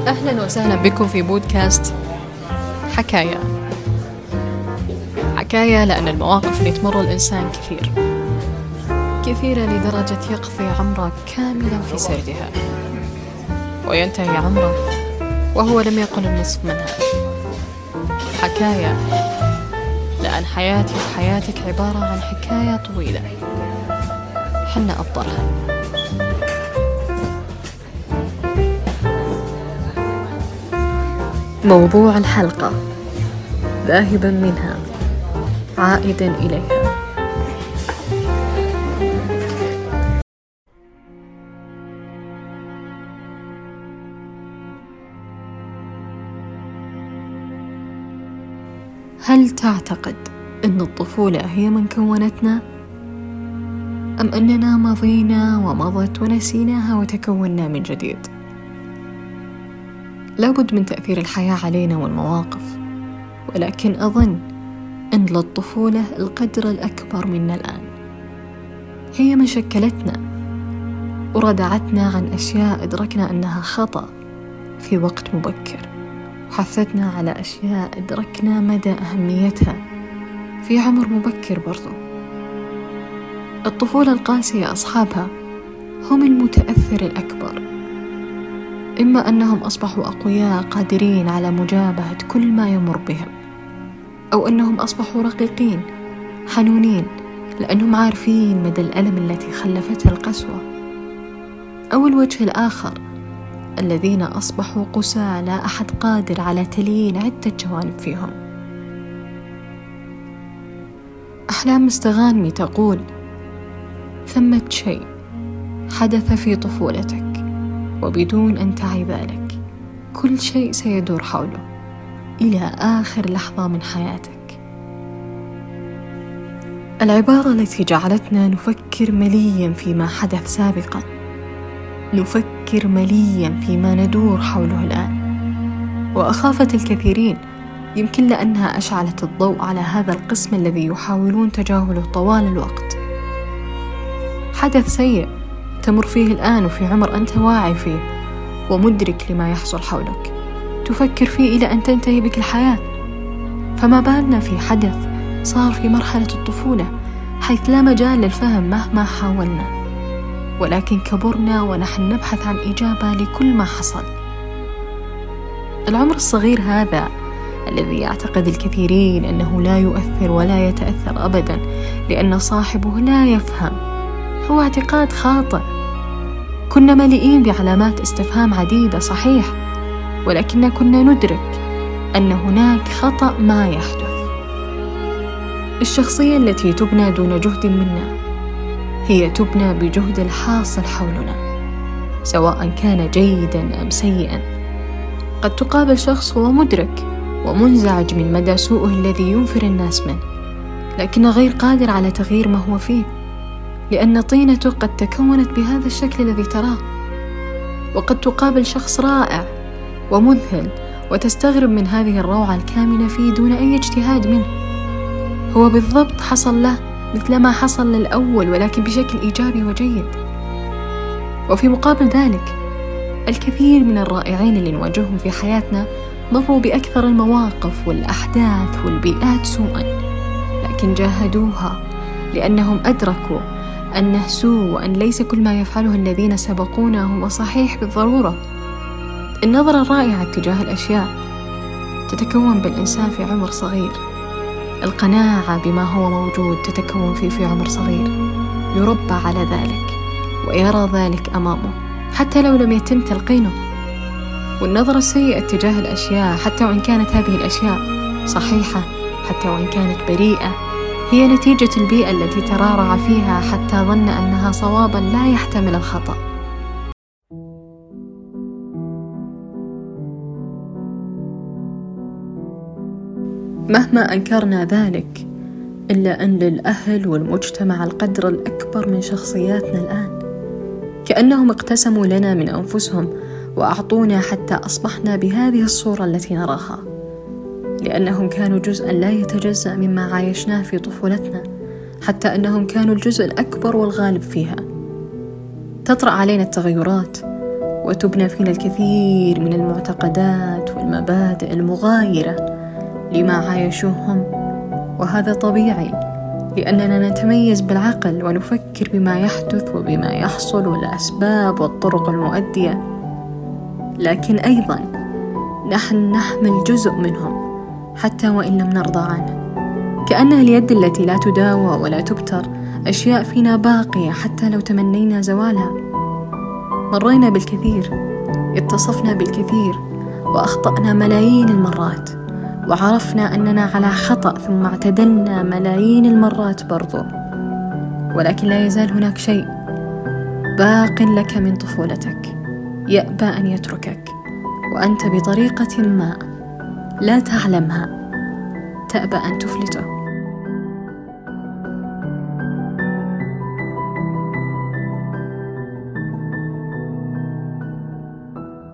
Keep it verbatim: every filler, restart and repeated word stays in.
أهلا وسهلا بكم في بودكاست حكاية. حكاية لأن المواقف اللي تمر الإنسان كثير كثيرة لدرجة يقضي عمره كاملا في سردها، وينتهي عمره وهو لم يقل النصف منها. حكاية لأن حياتي وحياتك عبارة عن حكاية طويلة حنا أبطالها. موضوع الحلقة: ذاهبا منها عائدا إليها. هل تعتقد أن الطفولة هي من كونتنا؟ أم أننا مضينا ومضت ونسيناها وتكوننا من جديد؟ لابد من تأثير الحياة علينا والمواقف، ولكن أظن أن للطفولة القدر الأكبر منا الآن. هي من شكلتنا وردعتنا عن أشياء أدركنا أنها خطأ في وقت مبكر، وحثتنا على أشياء أدركنا مدى أهميتها في عمر مبكر برضو. الطفولة القاسية أصحابها هم المتأثر الأكبر، إما أنهم أصبحوا أقوياء قادرين على مجابهة كل ما يمر بهم، أو أنهم أصبحوا رقيقين حنونين لأنهم عارفين مدى الألم التي خلفتها القسوة، أو الوجه الآخر الذين أصبحوا قساة لا أحد قادر على تليين عدة جوانب فيهم. أحلام مستغانمي تقول: ثمة شيء حدث في طفولتك وبدون أن تعي ذلك كل شيء سيدور حوله إلى آخر لحظة من حياتك. العبارة التي جعلتنا نفكر مليا فيما حدث سابقا، نفكر مليا فيما ندور حوله الآن، وأخافت الكثيرين يمكن لأنها أشعلت الضوء على هذا القسم الذي يحاولون تجاهله طوال الوقت. حدث سيء تمر فيه الآن وفي عمر أنت واعي فيه ومدرك لما يحصل حولك، تفكر فيه إلى أن تنتهي بك الحياة. فما بالنا في حدث صار في مرحلة الطفولة حيث لا مجال للفهم مهما حاولنا، ولكن كبرنا ونحن نبحث عن إجابة لكل ما حصل. العمر الصغير هذا الذي يعتقد الكثيرين أنه لا يؤثر ولا يتأثر أبدا لأن صاحبه لا يفهم، هو اعتقاد خاطئ. كنا مليئين بعلامات استفهام عديدة صحيح، ولكن كنا ندرك أن هناك خطأ ما يحدث. الشخصية التي تبنى دون جهد منا هي تبنى بجهد الحاصل حولنا، سواء كان جيدا أم سيئا. قد تقابل شخص هو مدرك ومنزعج من مدى سوءه الذي ينفر الناس منه، لكن غير قادر على تغيير ما هو فيه، لأن طينته قد تكونت بهذا الشكل الذي تراه. وقد تقابل شخص رائع ومذهل وتستغرب من هذه الروعة الكامنة فيه دون أي اجتهاد منه، هو بالضبط حصل له مثل ما حصل للأول ولكن بشكل إيجابي وجيد. وفي مقابل ذلك الكثير من الرائعين اللي نواجههم في حياتنا مروا بأكثر المواقف والأحداث والبيئات سوءا، لكن جاهدوها لأنهم أدركوا أنه سوء وأن ليس كل ما يفعله الذين سبقونا هو صحيح بالضرورة. النظرة الرائعة تجاه الأشياء تتكون بالإنسان في عمر صغير، القناعة بما هو موجود تتكون فيه في عمر صغير، يربى على ذلك ويرى ذلك أمامه حتى لو لم يتم تلقينه. والنظرة السيئة تجاه الأشياء حتى وإن كانت هذه الأشياء صحيحة، حتى وإن كانت بريئة، هي نتيجة البيئة التي ترعرع فيها حتى ظن أنها صوابا لا يحتمل الخطأ. مهما أنكرنا ذلك إلا أن للأهل والمجتمع القدر الأكبر من شخصياتنا الآن، كأنهم اقتسموا لنا من أنفسهم وأعطونا حتى أصبحنا بهذه الصورة التي نراها، لأنهم كانوا جزءا لا يتجزأ مما عايشناه في طفولتنا، حتى أنهم كانوا الجزء الأكبر والغالب فيها. تطرأ علينا التغيرات وتبنى فينا الكثير من المعتقدات والمبادئ المغايرة لما عايشوه هم، وهذا طبيعي لأننا نتميز بالعقل ونفكر بما يحدث وبما يحصل والأسباب والطرق المؤدية، لكن أيضا نحن نحمل جزء منهم حتى وإن لم نرضى عنه، كأنها اليد التي لا تداوى ولا تبتر. أشياء فينا باقية حتى لو تمنينا زوالها. مرينا بالكثير، اتصفنا بالكثير، وأخطأنا ملايين المرات، وعرفنا أننا على خطأ، ثم اعتدلنا ملايين المرات برضو، ولكن لا يزال هناك شيء باق لك من طفولتك يأبى أن يتركك، وأنت بطريقة ما لا تعلمها تأبى أن تفلته.